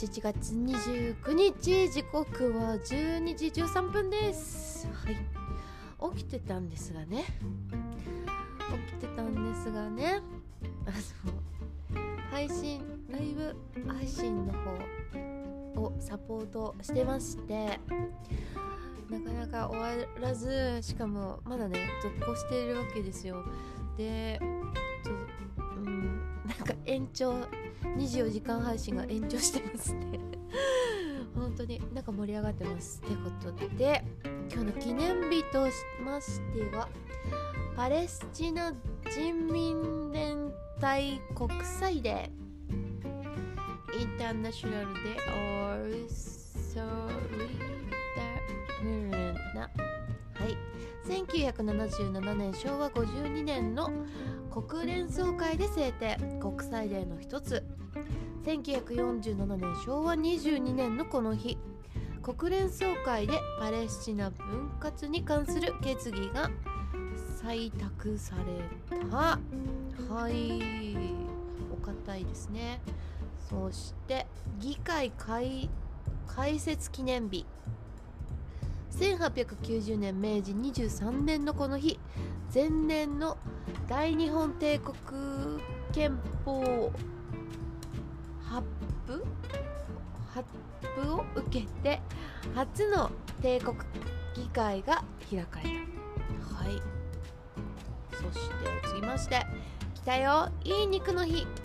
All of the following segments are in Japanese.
11月29日、時刻は12時13分です。はい、起きてたんですがねライブ配信の方をサポートしてまして、なかなか終わらず、しかもまだね続行しているわけですよ。でなんか延長24時間配信が延長してますね本当になんか盛り上がってますってことで、今日の記念日としましてはパレスチナ人民連帯国際デー、インターナショナルデー、はい、1977年昭和52年の国連総会で制定、国際デーの一つ。1947年昭和22年のこの日、国連総会でパレスチナ分割に関する決議が採択された。はい、お堅いですね。そして議会開設記念日、1890年明治23年のこの日、前年の大日本帝国憲法発布を受けて初の帝国議会が開かれた。はい、そして続きまして、来たよ、いい肉の日。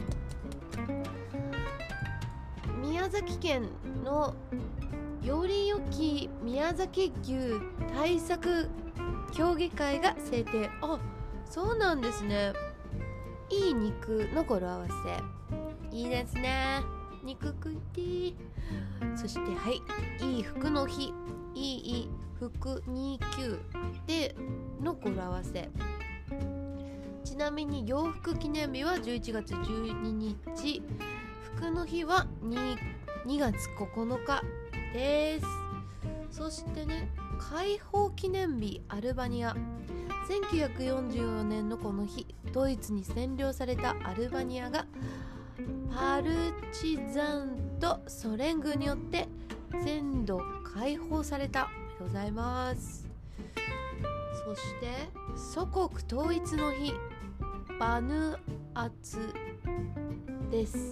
宮崎県のより良き宮崎牛対策協議会が制定。あ、そうなんですね。いい肉の語呂合わせ、いいですね。肉食いてー。そして、はい、いい服の日、いい服29での語呂合わせ。ちなみに洋服記念日は11月12日、服の日は 2月9日です。そしてね、解放記念日、アルバニア。1944年のこの日、ドイツに占領されたアルバニアがパルチザンとソ連軍によって全土解放されたでございます。そして祖国統一の日、バヌアツです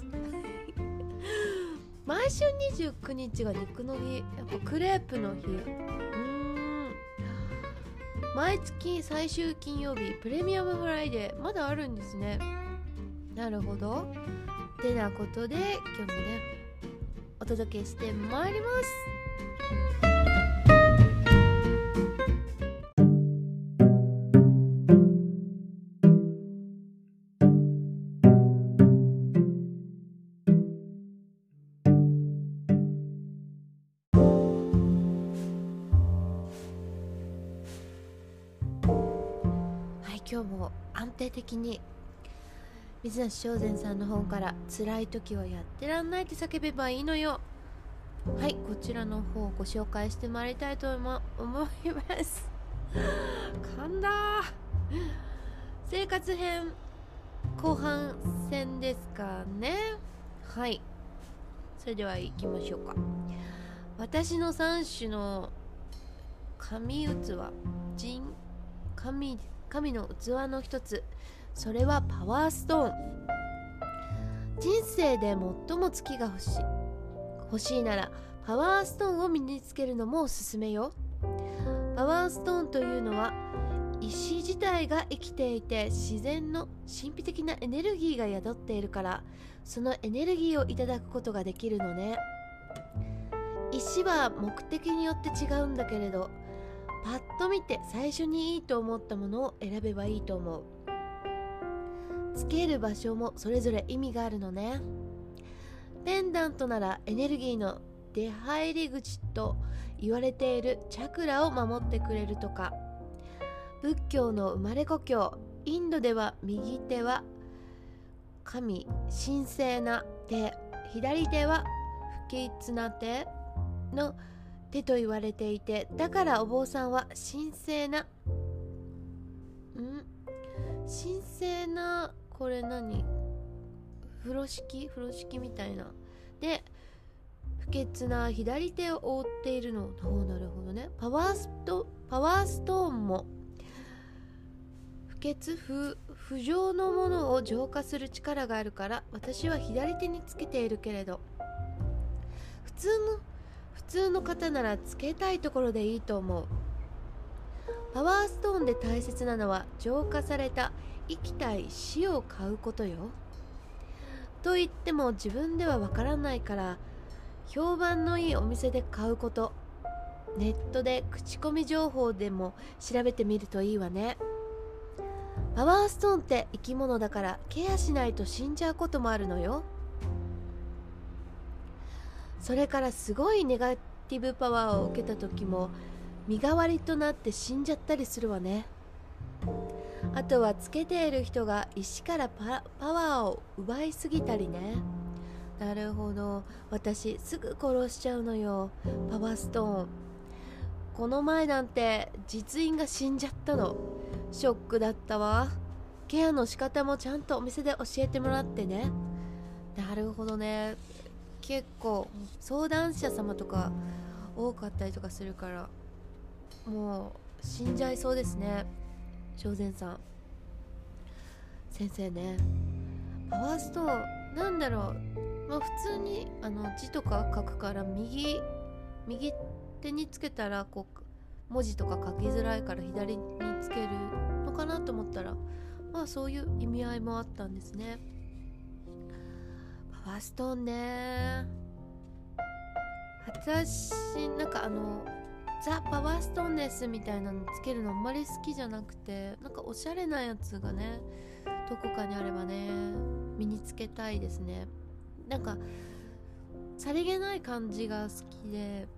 毎週29日が肉の日、やっぱクレープの日。毎月最終金曜日、プレミアムフライデー、まだあるんですね。なるほど。てなことで、今日もねお届けしてまいります。今日も安定的に水梨正禅さんの本から辛い時はやってらんないって叫べばいいのよ。はい、こちらの方をご紹介してまいりたいと思います噛んだ。生活編後半戦ですかね。はい、それでは行きましょうか。私の3種の神の器の一つ、それはパワーストーン。人生で最も月が欲しいならパワーストーンを身につけるのもおすすめよ。パワーストーンというのは石自体が生きていて自然の神秘的なエネルギーが宿っているから、そのエネルギーをいただくことができるのね。石は目的によって違うんだけれど、パッと見て最初にいいと思ったものを選べばいいと思う。つける場所もそれぞれ意味があるのね。ペンダントならエネルギーの出入り口と言われているチャクラを守ってくれるとか、仏教の生まれ故郷インドでは右手は神神聖な手、左手は不吉な手の手と言われていて、だからお坊さんは神聖なこれ何、風呂敷みたいなで不潔な左手を覆っているの。なるほどね。パワーストーンも不浄のものを浄化する力があるから、私は左手につけているけれど、普通の方ならつけたいところでいいと思う。パワーストーンで大切なのは浄化された生きた石を買うことよ。と言っても自分ではわからないから、評判のいいお店で買うこと、ネットで口コミ情報でも調べてみるといいわね。パワーストーンって生き物だから、ケアしないと死んじゃうこともあるのよ。それからすごいネガティブパワーを受けた時も身代わりとなって死んじゃったりするわね。あとはつけている人が石からパワーを奪いすぎたりね。なるほど。私すぐ殺しちゃうのよ、パワーストーン。この前なんて実印が死んじゃったの。ショックだったわ。ケアの仕方もちゃんとお店で教えてもらってね。なるほどね。結構相談者様とか多かったりとかするから、もう死んじゃいそうですね。正善さん先生ね。パワーストーンなんだろう、普通に字とか書くから右手につけたらこう文字とか書きづらいから左につけるのかなと思ったら、そういう意味合いもあったんですね。パワーストーンね。私なんかザ・パワーストーンですみたいなのつけるのあんまり好きじゃなくて、なんかおしゃれなやつがねどこかにあればね身につけたいですね。なんかさりげない感じが好きで、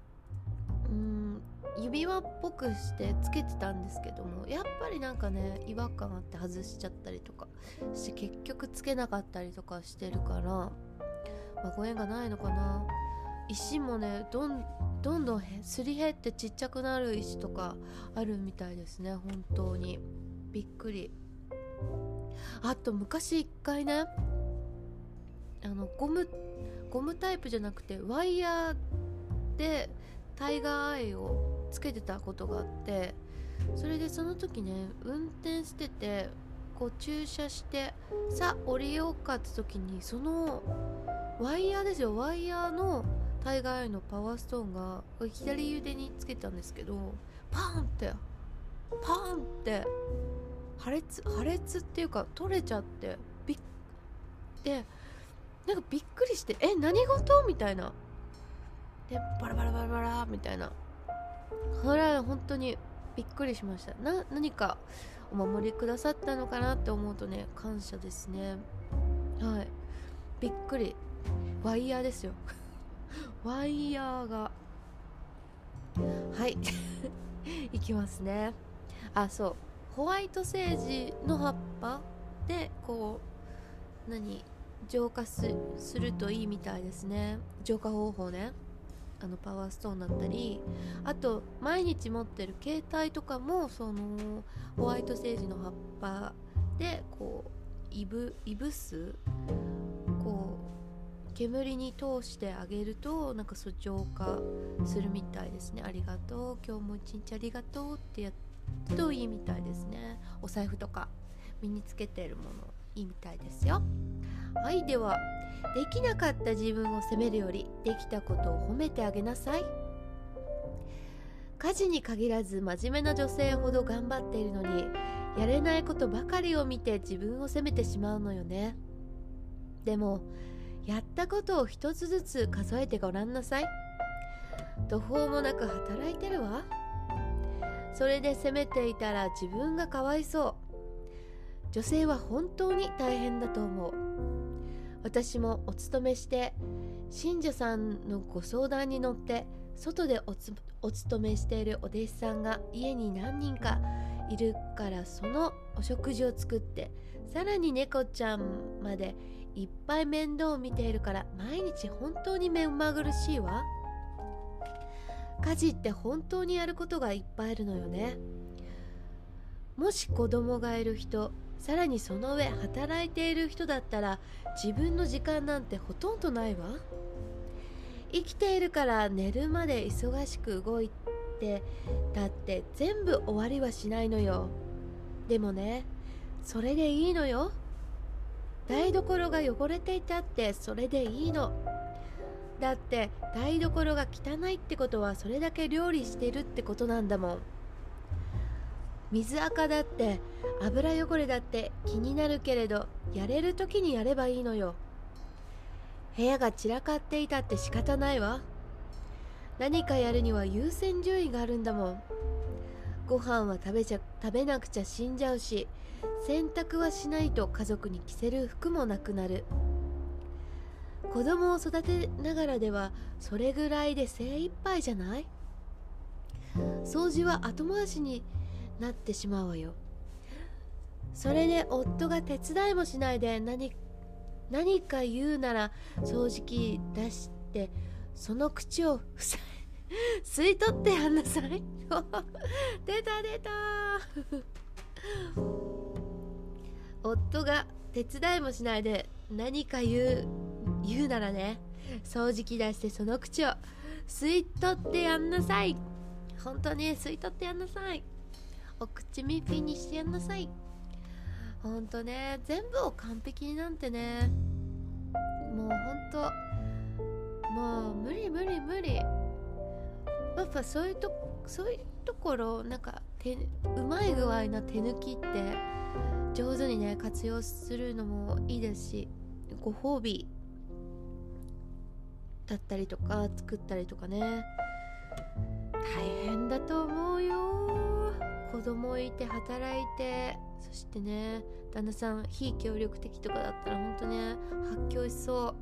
指輪っぽくしてつけてたんですけども、やっぱりなんかね違和感あって外しちゃったりとかして結局つけなかったりとかしてるから、ご縁がないのかな。石もねどんどんすり減ってちっちゃくなる石とかあるみたいですね。本当にびっくり。あと昔一回ねゴムタイプじゃなくてワイヤーでタイガーアイをつけてたことがあって、それでその時ね運転しててこう駐車してさあ降りようかって時に、そのワイヤーですよ、ワイヤーのタイガーアイのパワーストーンが左腕につけたんですけど、パーンって破裂っていうか取れちゃってでなんかびっくりして、何事みたいなでバラバラバラバラみたいな、これは本当にびっくりしました。何かお守りくださったのかなって思うとね感謝ですね。はい、びっくり。ワイヤーですよワイヤーがはいいきますね。そう、ホワイトセージの葉っぱでこう浄化するといいみたいですね。浄化方法ね。パワーストーンだったり、あと毎日持ってる携帯とかもそのホワイトセージの葉っぱでこういぶすこう煙に通してあげるとなんか浄化するみたいですね。ありがとう、今日も一日ありがとうってやるといいみたいですね。お財布とか身につけてるものいいみたいですよ。はい、ではできなかった自分を責めるよりできたことを褒めてあげなさい。家事に限らず真面目な女性ほど頑張っているのに、やれないことばかりを見て自分を責めてしまうのよね。でもやったことを一つずつ数えてごらんなさい。途方もなく働いてるわ。それで責めていたら自分がかわいそう。女性は本当に大変だと思う。私もお勤めして信者さんのご相談に乗って外でお勤めしているお弟子さんが家に何人かいるから、そのお食事を作って、さらに猫ちゃんまでいっぱい面倒を見ているから、毎日本当に目まぐるしいわ。家事って本当にやることがいっぱいあるのよね。もし子供がいる人、さらにその上働いている人だったら、自分の時間なんてほとんどないわ。 生きているから寝るまで忙しく動いてだって全部終わりはしないのよ。でもね、それでいいのよ。台所が汚れていたってそれでいいの。だって台所が汚いってことはそれだけ料理してるってことなんだもん。水垢だって油汚れだって気になるけれど、やれる時にやればいいのよ。部屋が散らかっていたって仕方ないわ。何かやるには優先順位があるんだもん。ご飯は食べなくちゃ死んじゃうし、洗濯はしないと家族に着せる服もなくなる。子供を育てながらではそれぐらいで精一杯じゃない？掃除は後回しになってしまうわよ。それで夫が手伝いもしないで何か言うなら掃除機出してその口を吸い取ってやんなさい。出た夫が手伝いもしないで何か言うならね、掃除機出してその口を吸い取ってやんなさい。本当に吸い取ってやんなさい。お口ミピにしてやんなさい。本当ね、全部を完璧になんてね、もう本当もう無理。やっぱそういうところなんかうまい具合な手抜きって上手にね活用するのもいいですし、ご褒美だったりとか作ったりとかね、大変だと思うよ。子供いて働いて、そしてね旦那さん非協力的とかだったら本当ね発狂しそう。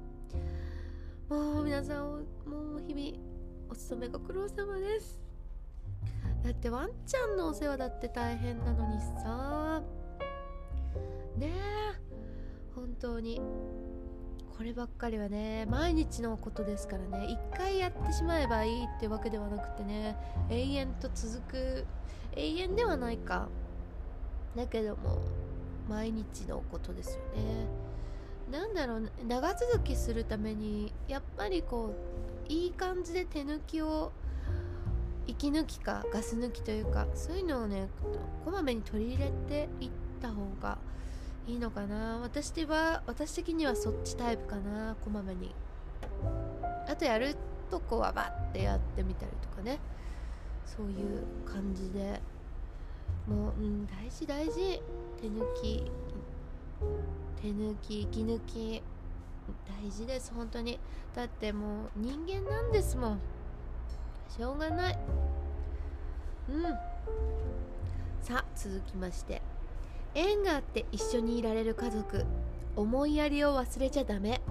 もう皆さんもう日々お勤めご苦労様です。だってワンちゃんのお世話だって大変なのにさねえ、本当にこればっかりはね毎日のことですからね、一回やってしまえばいいってわけではなくてね、永遠と続く、永遠ではないか、だけども毎日のことですよね。なんだろう、長続きするためにやっぱりこういい感じで手抜きを、息抜きかガス抜きというか、そういうのをねこまめに取り入れていった方がいいのかな。私的にはそっちタイプかな。こまめに、あとやるとこはバッてやってみたりとかね、そういう感じでもう、大事手抜き息抜き大事です本当に。だってもう人間なんですもん、しょうがない。さあ続きまして、縁があって一緒にいられる家族、思いやりを忘れちゃダメ。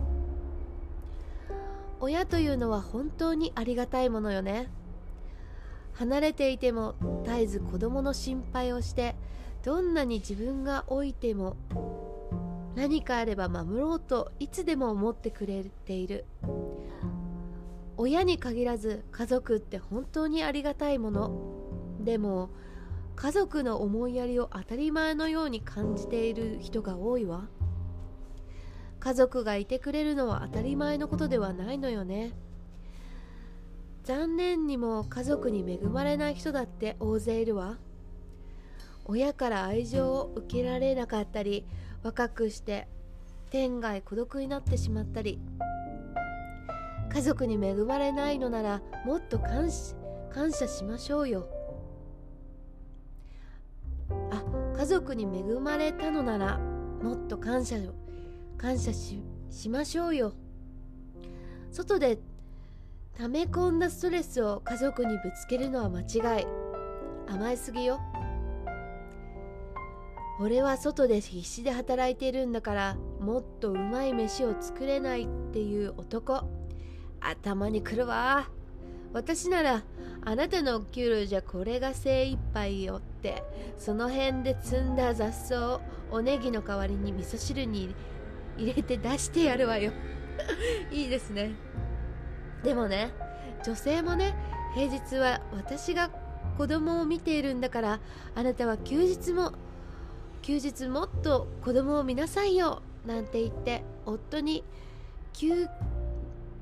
親というのは本当にありがたいものよね。離れていても絶えず子供の心配をして、どんなに自分が老いても何かあれば守ろうといつでも思ってくれている。親に限らず家族って本当にありがたいもの。でも家族の思いやりを当たり前のように感じている人が多いわ。家族がいてくれるのは当たり前のことではないのよね。残念にも家族に恵まれない人だって大勢いるわ。親から愛情を受けられなかったり、若くして天涯孤独になってしまったり、家族に恵まれないのならもっと感謝しましょうよ。家族に恵まれたのならもっと感謝しましょうよ。外で溜め込んだストレスを家族にぶつけるのは間違い。甘えすぎよ。俺は外で必死で働いているんだからもっとうまい飯を作れないっていう男、頭にくるわ。私ならあなたのお給料じゃこれが精一杯よって、その辺で摘んだ雑草をおネギの代わりに味噌汁に入れて出してやるわよ。いいですね。でもね、女性もね、平日は私が子供を見ているんだから、あなたは休日もっと子供を見なさいよなんて言って夫に休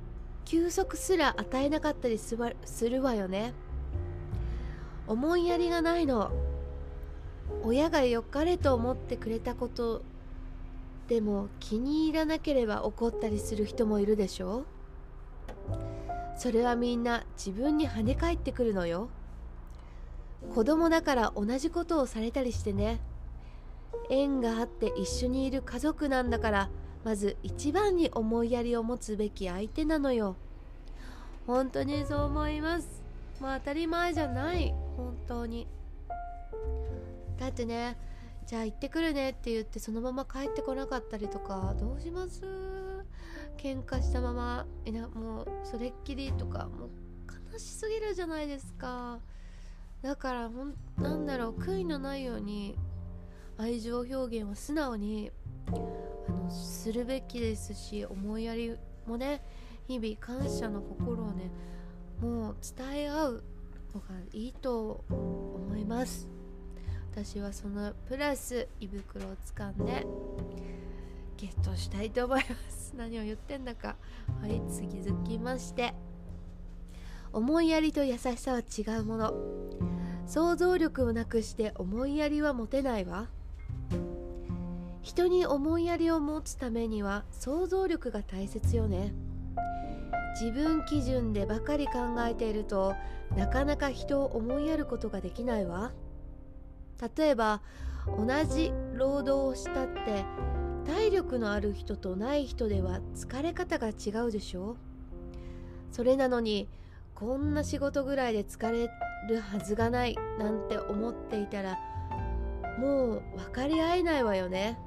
休息すら与えなかったりするわよね。思いやりがないの。親が良かれと思ってくれたことでも気に入らなければ怒ったりする人もいるでしょ。それはみんな自分に跳ね返ってくるのよ。子供だから同じことをされたりしてね。縁があって一緒にいる家族なんだから、まず一番に思いやりを持つべき相手なのよ。本当にそう思います。もう当たり前じゃない、本当に。だってね、じゃあ行ってくるねって言ってそのまま帰ってこなかったりとか、どうします？喧嘩したままもうそれっきりとか、もう悲しすぎるじゃないですか。だから悔いのないように愛情表現を素直にするべきですし、思いやりもね、日々感謝の心をね、もう伝え合うのがいいと思います。私はそのプラス胃袋を掴んでゲットしたいと思います。何を言ってんだか。はい、次続きまして、思いやりと優しさは違うもの。想像力をなくして思いやりは持てないわ。人に思いやりを持つためには想像力が大切よね。自分基準でばかり考えていると、なかなか人を思いやることができないわ。例えば同じ労働をしたって体力のある人とない人では疲れ方が違うでしょ。それなのにこんな仕事ぐらいで疲れるはずがないなんて思っていたら、もう分かり合えないわよね。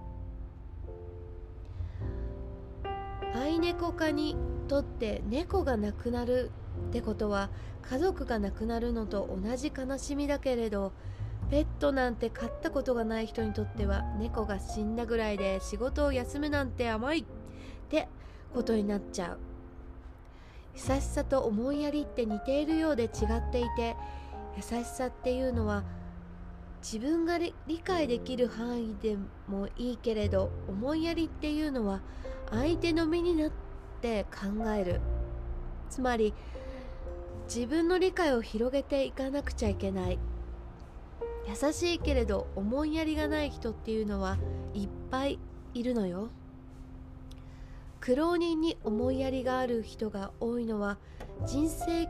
愛猫家にとって猫が亡くなるってことは家族が亡くなるのと同じ悲しみだけれど、ペットなんて飼ったことがない人にとっては猫が死んだぐらいで仕事を休むなんて甘いってことになっちゃう。優しさと思いやりって似ているようで違っていて、優しさっていうのは自分が理解できる範囲でもいいけれど、思いやりっていうのは相手の身になって考える。つまり自分の理解を広げていかなくちゃいけない。優しいけれど思いやりがない人っていうのはいっぱいいるのよ。苦労人に思いやりがある人が多いのは人生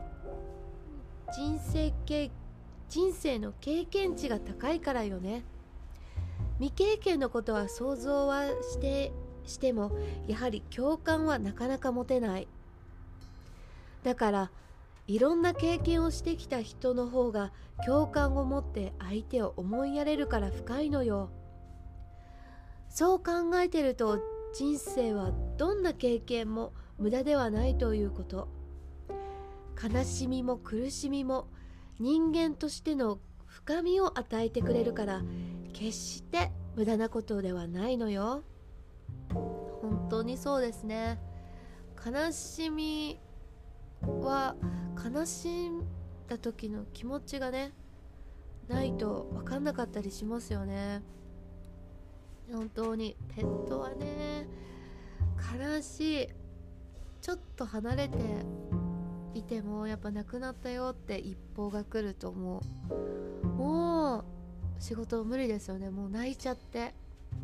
の経験値が高いからよね。未経験のことは想像はしてもやはり共感はなかなか持てない。だからいろんな経験をしてきた人の方が共感を持って相手を思いやれるから深いのよ。そう考えてると人生はどんな経験も無駄ではないということ。悲しみも苦しみも人間としての深みを与えてくれるから、決して無駄なことではないのよ。本当にそうですね。悲しみは悲しんだ時の気持ちがねないと分かんなかったりしますよね。本当にペットはね悲しい。ちょっと離れていてもやっぱ亡くなったよって一報が来るともう仕事無理ですよね。もう泣いちゃって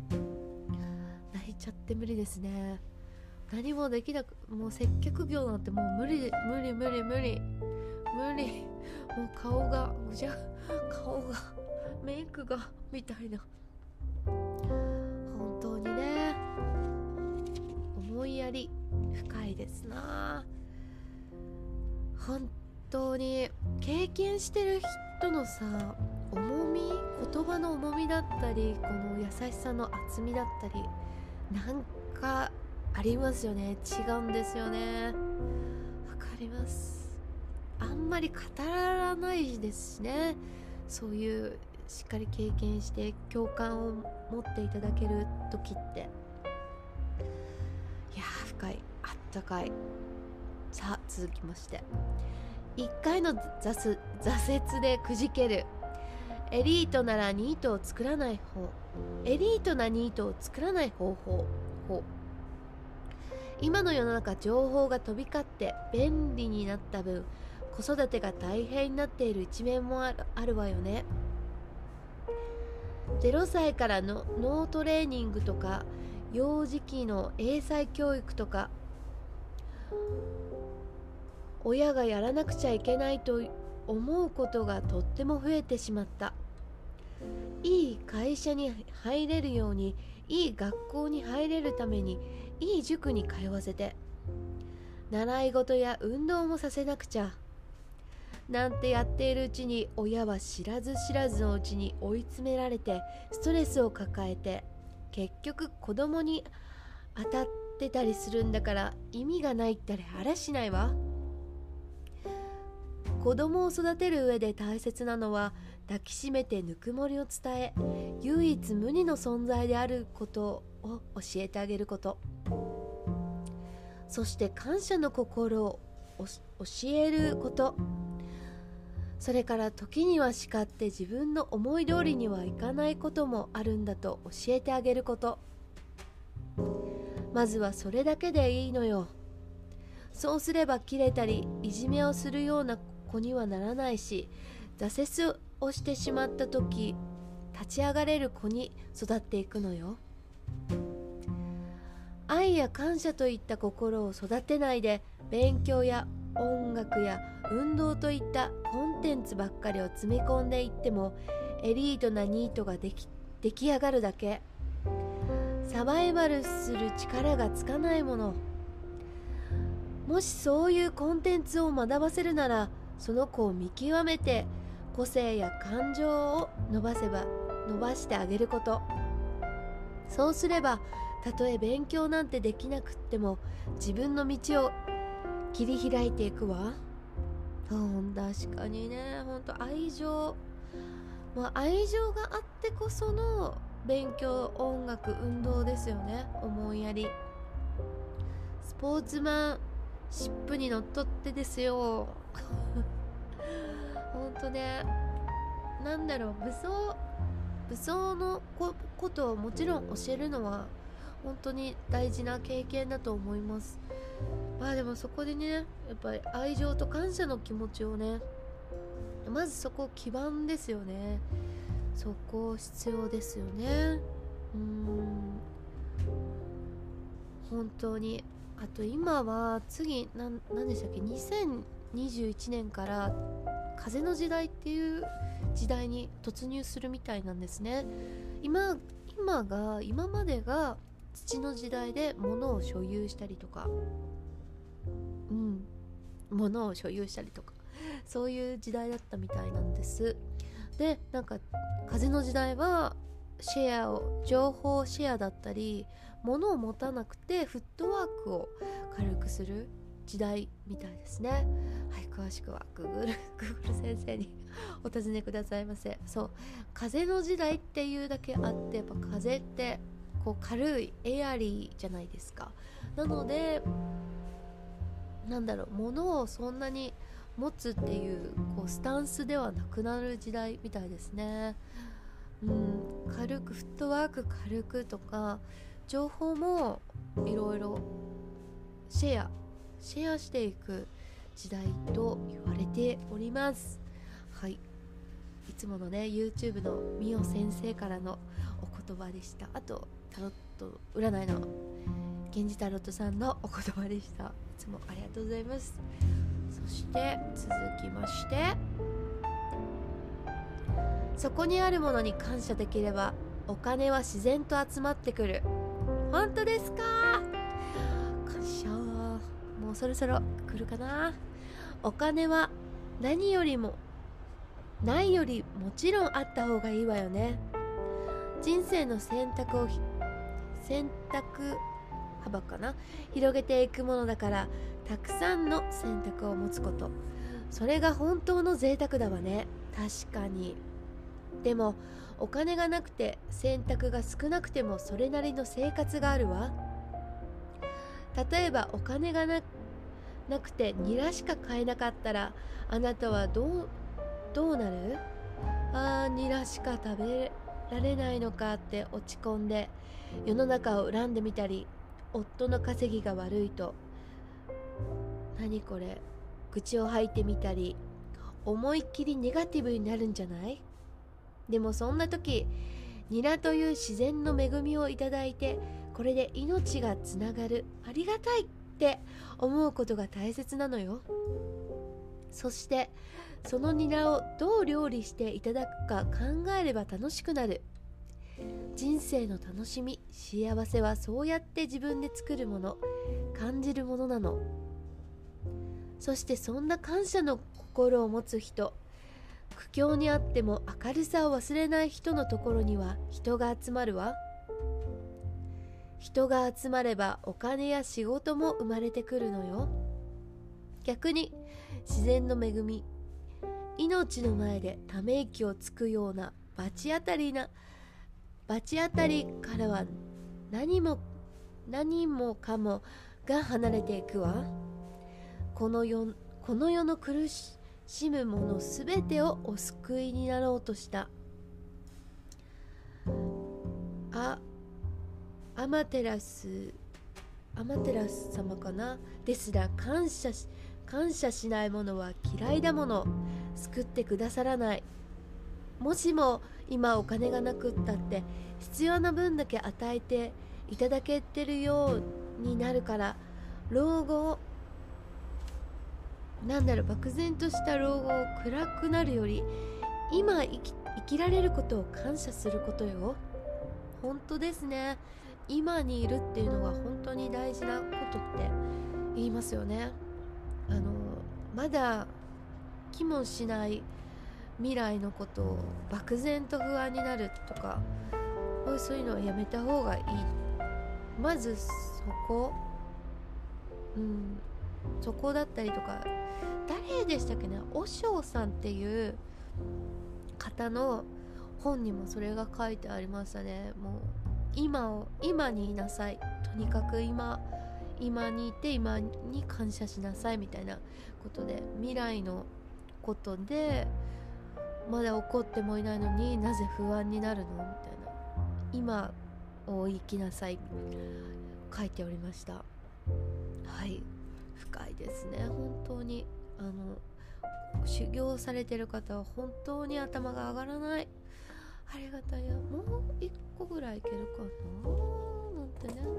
無理ですね。何もできなく、もう接客業なんてもう無理。もう顔がメイクがみたいな。本当にね思いやり深いですな。本当に経験してる人のさ、重み、言葉の重みだったり、この優しさの厚みだったり、なんかありますよね。違うんですよね。わかります。あんまり語らないですしね。そういうしっかり経験して共感を持っていただける時って、いや深い、あったかい。さあ続きまして、1回の挫折でくじける。エリートなニートを作らない方法。 今の世の中、情報が飛び交って便利になった分、子育てが大変になっている一面もあるわよね。0歳からの脳トレーニングとか、幼児期の英才教育とか、親がやらなくちゃいけないと思うことがとっても増えてしまった。いい会社に入れるように、いい学校に入れるために、いい塾に通わせて、習い事や運動もさせなくちゃなんてやっているうちに、親は知らず知らずのうちに追い詰められて、ストレスを抱えて、結局子供に当たってたりするんだから、意味がないったらあらしないわ。子供を育てる上で大切なのは、抱きしめてぬくもりを伝え、唯一無二の存在であることを教えてあげること、そして感謝の心を教えること、それから時には叱って自分の思い通りにはいかないこともあるんだと教えてあげること。まずはそれだけでいいのよ。そうすればキレたりいじめをするような子にはならないし、挫折をしてしまった時立ち上がれる子に育っていくのよ。愛や感謝といった心を育てないで、勉強や音楽や運動といったコンテンツばっかりを詰め込んでいっても、エリートなニートが出来上がるだけ。サバイバルする力がつかないもの。もしそういうコンテンツを学ばせるなら、その子を見極めて個性や感情を伸ばしてあげること。そうすれば、たとえ勉強なんてできなくっても自分の道を切り開いていくわ。確かにね、ほんと愛情、愛情があってこその勉強、音楽、運動ですよね。思いやり、スポーツマンシップにのっとってですよほんとね、なんだろう、武装のことをもちろん教えるのは本当に大事な経験だと思います。でもそこでね、やっぱり愛情と感謝の気持ちをね、まずそこ基盤ですよね。そこ必要ですよね。本当に。あと今は次何でしたっけ、2021年から風の時代っていう時代に突入するみたいなんですね。今までが土の時代で物を所有したりとか、そういう時代だったみたいなんです。で、なんか風の時代は情報シェアだったり、物を持たなくてフットワークを軽くする時代みたいですね。はい、詳しくはGoogle 先生にお尋ねくださいませ。そう、風の時代っていうだけあって、やっぱ風ってこう軽いエアリーじゃないですか。なので、物をそんなに持つっていうスタンスではなくなる時代みたいですね。軽くフットワーク軽くとか、情報もいろいろシェアしていく時代と言われております。はい、いつものね YouTube のみお先生からのお言葉でした。あとタロット占いの源氏タロットさんのお言葉でした。いつもありがとうございます。そして続きまして、そこにあるものに感謝できればお金は自然と集まってくる。本当ですか？感謝。もうそろそろ来るかな。お金は何よりもないよりもちろんあった方がいいわよね。人生の選択幅広げていくものだから、たくさんの選択を持つこと、それが本当の贅沢だわね。確かに。でもお金がなくて選択が少なくてもそれなりの生活があるわ。例えばお金がなくてニラしか買えなかったら、あなたはどうなる？ニラしか食べられないのかって落ち込んで世の中を恨んでみたり、 夫の稼ぎが悪いと、何これ、愚痴を吐いてみたり、思いっきりネガティブになるんじゃない？でもそんな時、ニラという自然の恵みをいただいて、これで命がつながる、ありがたいって思うことが大切なのよ。そしてそのニラをどう料理していただくか考えれば楽しくなる。人生の楽しみ、幸せはそうやって自分で作るもの、感じるものなの。そしてそんな感謝の心を持つ人、苦境にあっても明るさを忘れない人のところには人が集まるわ。人が集まればお金や仕事も生まれてくるのよ。逆に自然の恵み、命の前でため息をつくような罰当たりからは何もかもが離れていくわ。この世の苦しむものすべてをお救いになろうとしたアマテラス様かな、ですら感謝しないものは嫌いだもの、救ってくださらない。もしも今お金がなくったって必要な分だけ与えていただけてるようになるから、老後漠然とした老後を暗くなるより、今生きられることを感謝することよ。本当ですね。今にいるっていうのが本当に大事なことって言いますよね。まだ気もしない未来のことを漠然と不安になるとか、そういうのはやめた方がいい。まずそこだったりとか、誰でしたっけね、和尚さんっていう方の本にもそれが書いてありましたね。もう今にいなさい、とにかく今にいて今に感謝しなさいみたいなことで、未来のことでまだ起こってもいないのになぜ不安になるのみたいな、今を生きなさい書いておりました。はい、深いですね。本当に修行されてる方は本当に頭が上がらない。ありがたいや、もう一個ぐらいいけるかななんてね。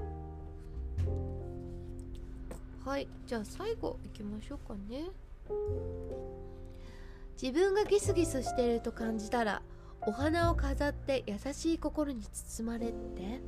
はい、じゃあ最後いきましょうかね。自分がギスギスしていると感じたら、お花を飾って優しい心に包まれて。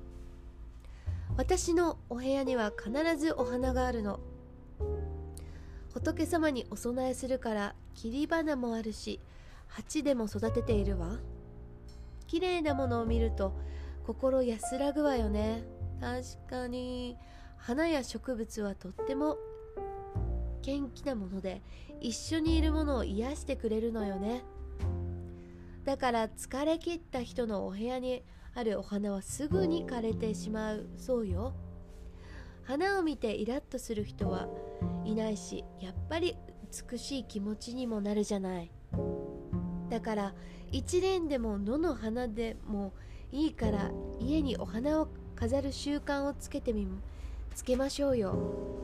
私のお部屋には必ずお花があるの。仏様にお供えするから切り花もあるし、鉢でも育てているわ。綺麗なものを見ると心安らぐわよね。確かに花や植物はとっても元気なもので、一緒にいるものを癒してくれるのよね。だから疲れ切った人のお部屋にあるお花はすぐに枯れてしまうそうよ。花を見てイラッとする人はいないし、やっぱり美しい気持ちにもなるじゃない。だから一輪でも野の花でもいいから家にお花を飾る習慣をつけましょうよ。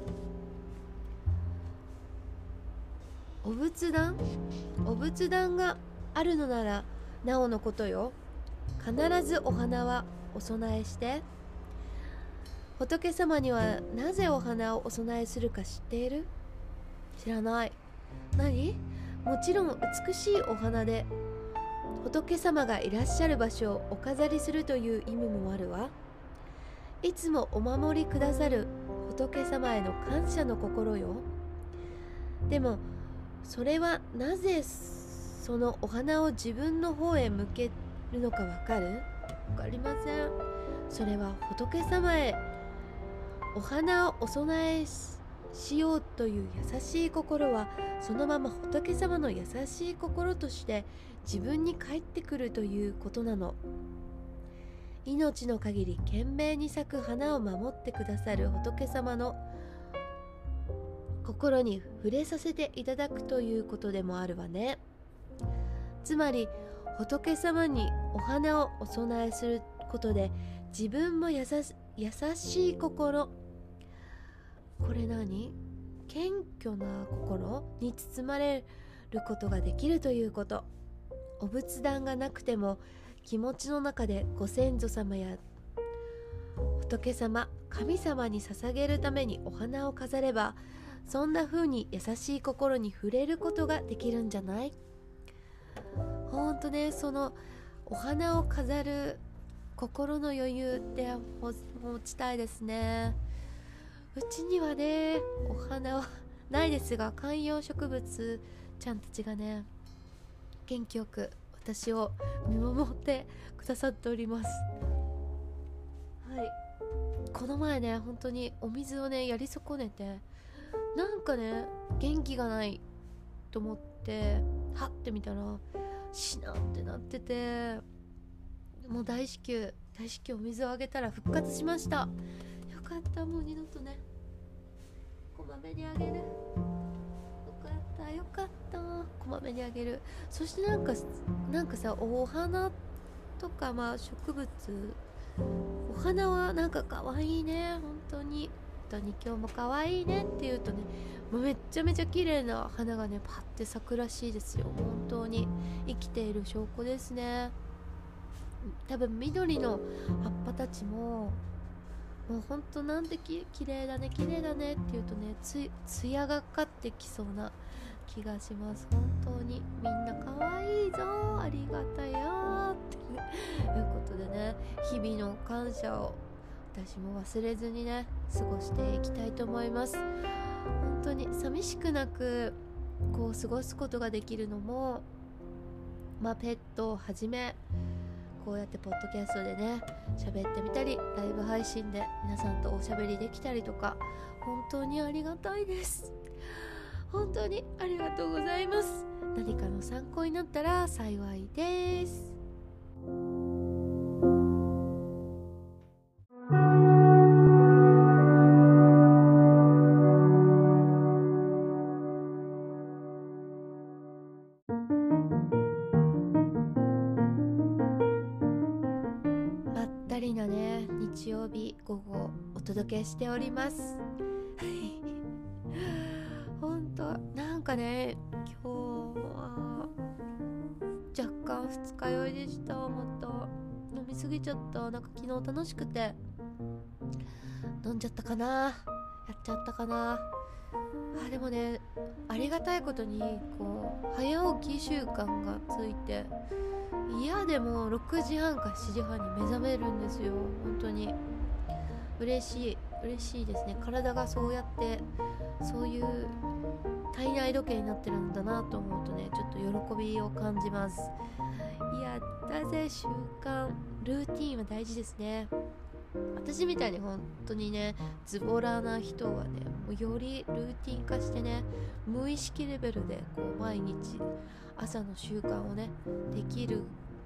お仏壇があるのならなおのことよ。必ずお花はお供えして。仏様にはなぜお花をお供えするか知っている？知らない。何？もちろん美しいお花で仏様がいらっしゃる場所をお飾りするという意味もあるわ。いつもお守りくださる仏様への感謝の心よ。でもそれはなぜそのお花を自分の方へ向けるのかわかる？わかりません。それは仏様へお花をお供えしようという優しい心は、そのまま仏様の優しい心として自分に返ってくるということなの。命の限り懸命に咲く花を守ってくださる仏様の心に触れさせていただくということでもあるわね。つまり仏様にお花をお供えすることで自分も優しい心、これ何？謙虚な心に包まれることができるということ。お仏壇がなくても気持ちの中でご先祖様や仏様、神様に捧げるためにお花を飾れば、そんな風に優しい心に触れることができるんじゃない？ほんとね、そのお花を飾る心の余裕って持ちたいですね。うちにはね、お花はないですが、観葉植物ちゃんたちがね、元気よく私を見守ってくださっております。はい、この前ね、本当にお水をねやり損ねて、なんかね元気がないと思ってはってみたらしなってなってて、もう大至急お水をあげたら復活しました。よかった、もう二度とね、こまめにあげる。よかった、こまめにあげる。そしてなんかさ、お花とか植物、お花はなんか可愛いね、本当に今日も可愛いねって言うとね、もうめっちゃめちゃ綺麗な花がねパッて咲くらしいですよ。本当に生きている証拠ですね。多分緑の葉っぱたちももう本当なんで綺麗だねって言うとね、つやがかってきそうな気がします。本当にみんな可愛いぞ、ありがたやっていうことでね、日々の感謝を私も忘れずにね過ごしていきたいと思います。本当に寂しくなくこう過ごすことができるのも、ペットをはじめこうやってポッドキャストでね喋ってみたり、ライブ配信で皆さんとおしゃべりできたりとか、本当にありがたいです。本当にありがとうございます。何かの参考になったら幸いです。まったりなね日曜日午後お届けしております。本当なんかね、今日は若干二日酔いでした。また飲みすぎちゃった。なんか昨日楽しくて飲んじゃったかな、やっちゃったかな。でもね、ありがたいことにこう早起き習慣がついて、嫌でも6時半か7時半に目覚めるんですよ。本当に嬉しいですね。体がそうやってそういう体内時計になってるんだなと思うとね、ちょっと喜びを感じます。やったぜ、習慣ルーティンは大事ですね。私みたいに本当にねズボラな人はね、もうよりルーティン化してね、無意識レベルでこう毎日朝の習慣をねできる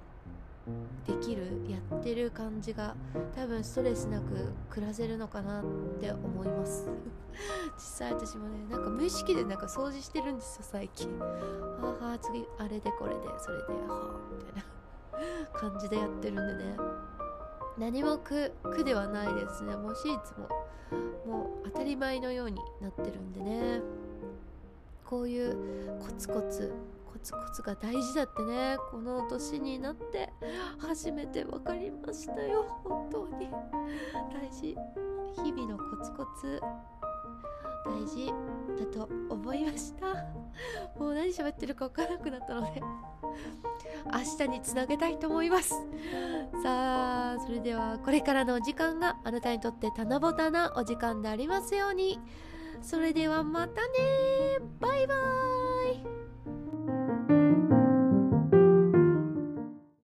やってる感じが、多分ストレスなく暮らせるのかなって思います実際私もね、なんか無意識でなんか掃除してるんですよ最近。次あれでこれでそれでみたいな感じでやってるんでね、何も苦ではないですね。もうシーツももう当たり前のようになってるんでね、こういうコツコツが大事だってね、この年になって初めて分かりましたよ。本当に大事、日々のコツコツ大事だと思いました。もう何喋ってるか分からなくなったので明日につなげたいと思います。さあ、それではこれからのお時間があなたにとって七夕なお時間でありますように。それではまたね、バイバイ。